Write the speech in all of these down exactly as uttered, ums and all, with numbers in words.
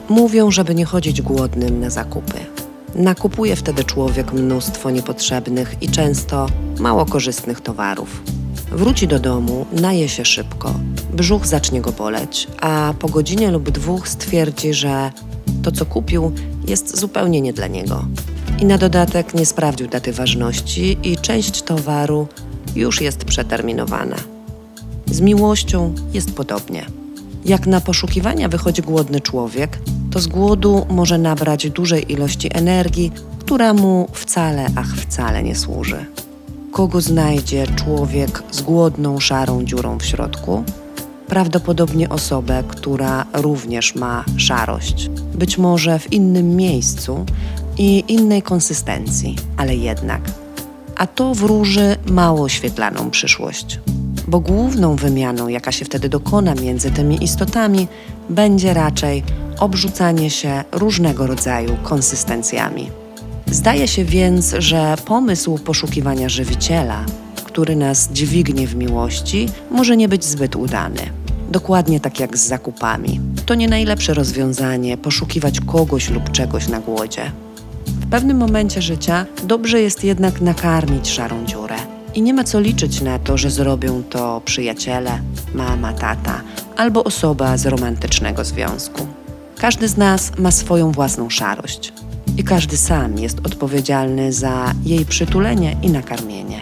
Mówią, żeby nie chodzić głodnym na zakupy. Nakupuje wtedy człowiek mnóstwo niepotrzebnych i często mało korzystnych towarów. Wróci do domu, naje się szybko, brzuch zacznie go boleć, a po godzinie lub dwóch stwierdzi, że to, co kupił, jest zupełnie nie dla niego. I na dodatek nie sprawdził daty ważności i część towaru już jest przeterminowana. Z miłością jest podobnie. Jak na poszukiwania wychodzi głodny człowiek, to z głodu może nabrać dużej ilości energii, która mu wcale, ach wcale nie służy. Kogo znajdzie człowiek z głodną, szarą dziurą w środku? Prawdopodobnie osobę, która również ma szarość. Być może w innym miejscu i innej konsystencji, ale jednak. A to wróży mało świetlaną przyszłość. Bo główną wymianą, jaka się wtedy dokona między tymi istotami, będzie raczej obrzucanie się różnego rodzaju konsystencjami. Zdaje się więc, że pomysł poszukiwania żywiciela, który nas dźwignie w miłości, może nie być zbyt udany. Dokładnie tak jak z zakupami. To nie najlepsze rozwiązanie poszukiwać kogoś lub czegoś na głodzie. W pewnym momencie życia dobrze jest jednak nakarmić szarą dziurę. I nie ma co liczyć na to, że zrobią to przyjaciele, mama, tata albo osoba z romantycznego związku. Każdy z nas ma swoją własną szarość i każdy sam jest odpowiedzialny za jej przytulenie i nakarmienie.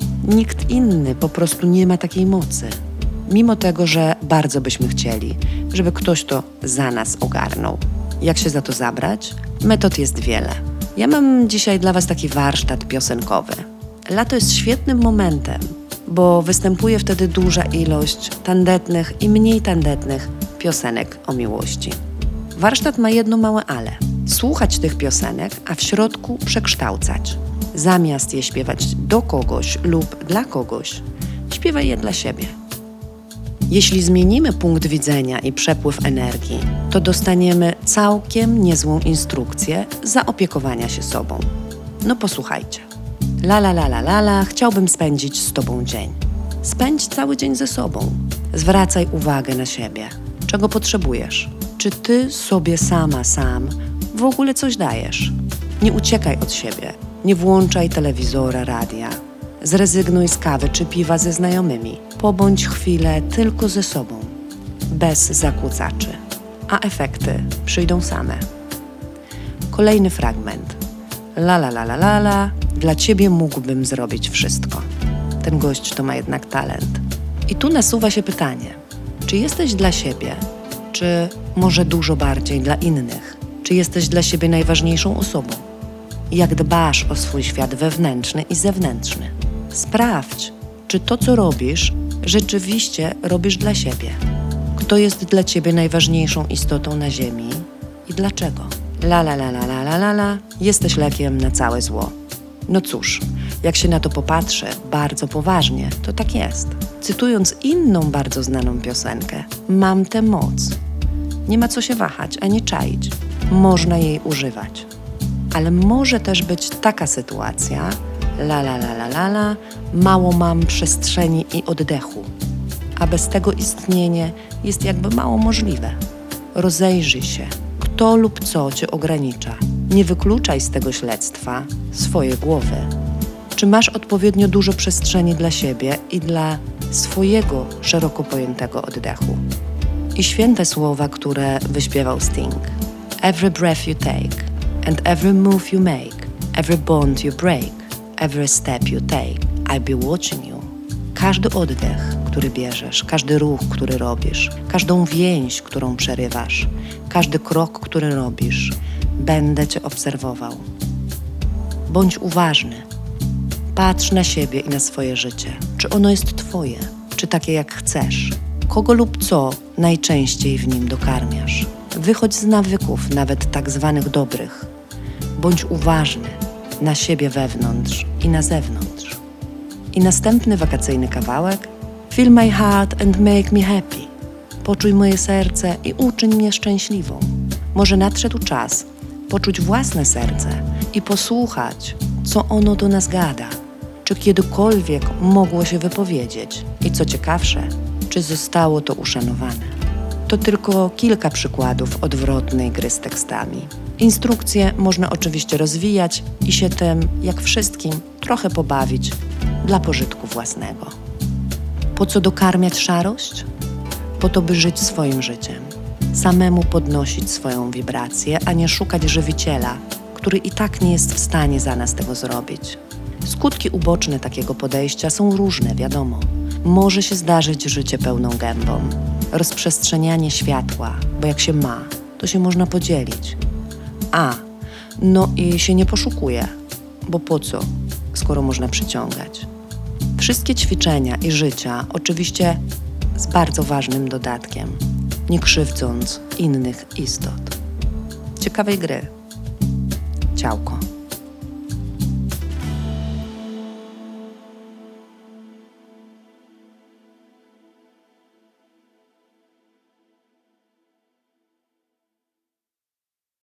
Nikt inny po prostu nie ma takiej mocy, mimo tego, że bardzo byśmy chcieli, żeby ktoś to za nas ogarnął. Jak się za to zabrać? Metod jest wiele. Ja mam dzisiaj dla Was taki warsztat piosenkowy. Lato jest świetnym momentem, bo występuje wtedy duża ilość tandetnych i mniej tandetnych piosenek o miłości. Warsztat ma jedno małe ale. Słuchać tych piosenek, a w środku przekształcać. Zamiast je śpiewać do kogoś lub dla kogoś, śpiewaj je dla siebie. Jeśli zmienimy punkt widzenia i przepływ energii, to dostaniemy całkiem niezłą instrukcję zaopiekowania się sobą. No posłuchajcie. La la la la la la, chciałbym spędzić z Tobą dzień. Spędź cały dzień ze sobą. Zwracaj uwagę na siebie. Czego potrzebujesz? Czy Ty sobie sama, sam w ogóle coś dajesz? Nie uciekaj od siebie. Nie włączaj telewizora, radia. Zrezygnuj z kawy czy piwa ze znajomymi. Pobądź chwilę tylko ze sobą. Bez zakłócaczy. A efekty przyjdą same. Kolejny fragment. La la la la la la, dla Ciebie mógłbym zrobić wszystko. Ten gość to ma jednak talent. I tu nasuwa się pytanie, czy jesteś dla siebie, czy może dużo bardziej dla innych? Czy jesteś dla siebie najważniejszą osobą? Jak dbasz o swój świat wewnętrzny i zewnętrzny? Sprawdź, czy to, co robisz, rzeczywiście robisz dla siebie. Kto jest dla Ciebie najważniejszą istotą na ziemi i dlaczego? La la la la la la la la, jesteś lekiem na całe zło. No cóż, jak się na to popatrzy bardzo poważnie, to tak jest. Cytując inną bardzo znaną piosenkę, mam tę moc. Nie ma co się wahać ani czaić. Można jej używać. Ale może też być taka sytuacja, la la la la la la, mało mam przestrzeni i oddechu, a bez tego istnienie jest jakby mało możliwe. Rozejrzyj się. Kto lub co Cię ogranicza. Nie wykluczaj z tego śledztwa swojej głowy. Czy masz odpowiednio dużo przestrzeni dla siebie i dla swojego szeroko pojętego oddechu? I święte słowa, które wyśpiewał Sting. Every breath you take and every move you make, every bond you break, every step you take, I'll be watching you. Każdy oddech, który bierzesz, każdy ruch, który robisz, każdą więź, którą przerywasz, każdy krok, który robisz, będę Cię obserwował. Bądź uważny. Patrz na siebie i na swoje życie. Czy ono jest Twoje? Czy takie jak chcesz? Kogo lub co najczęściej w nim dokarmiasz? Wychodź z nawyków, nawet tak zwanych dobrych. Bądź uważny na siebie wewnątrz i na zewnątrz. I następny wakacyjny kawałek. Feel my heart and make me happy. Poczuj moje serce i uczyń mnie szczęśliwą. Może nadszedł czas poczuć własne serce i posłuchać, co ono do nas gada. Czy kiedykolwiek mogło się wypowiedzieć? I co ciekawsze, czy zostało to uszanowane? To tylko kilka przykładów odwrotnej gry z tekstami. Instrukcje można oczywiście rozwijać i się tym, jak wszystkim, trochę pobawić dla pożytku własnego. Po co dokarmiać szarość? Po to, by żyć swoim życiem. Samemu podnosić swoją wibrację, a nie szukać żywiciela, który i tak nie jest w stanie za nas tego zrobić. Skutki uboczne takiego podejścia są różne, wiadomo. Może się zdarzyć życie pełną gębą, rozprzestrzenianie światła, bo jak się ma, to się można podzielić. A, no i się nie poszukuje, bo po co, skoro można przyciągać. Wszystkie ćwiczenia i życia oczywiście z bardzo ważnym dodatkiem, nie krzywdząc innych istot. Ciekawej gry. Ciałko.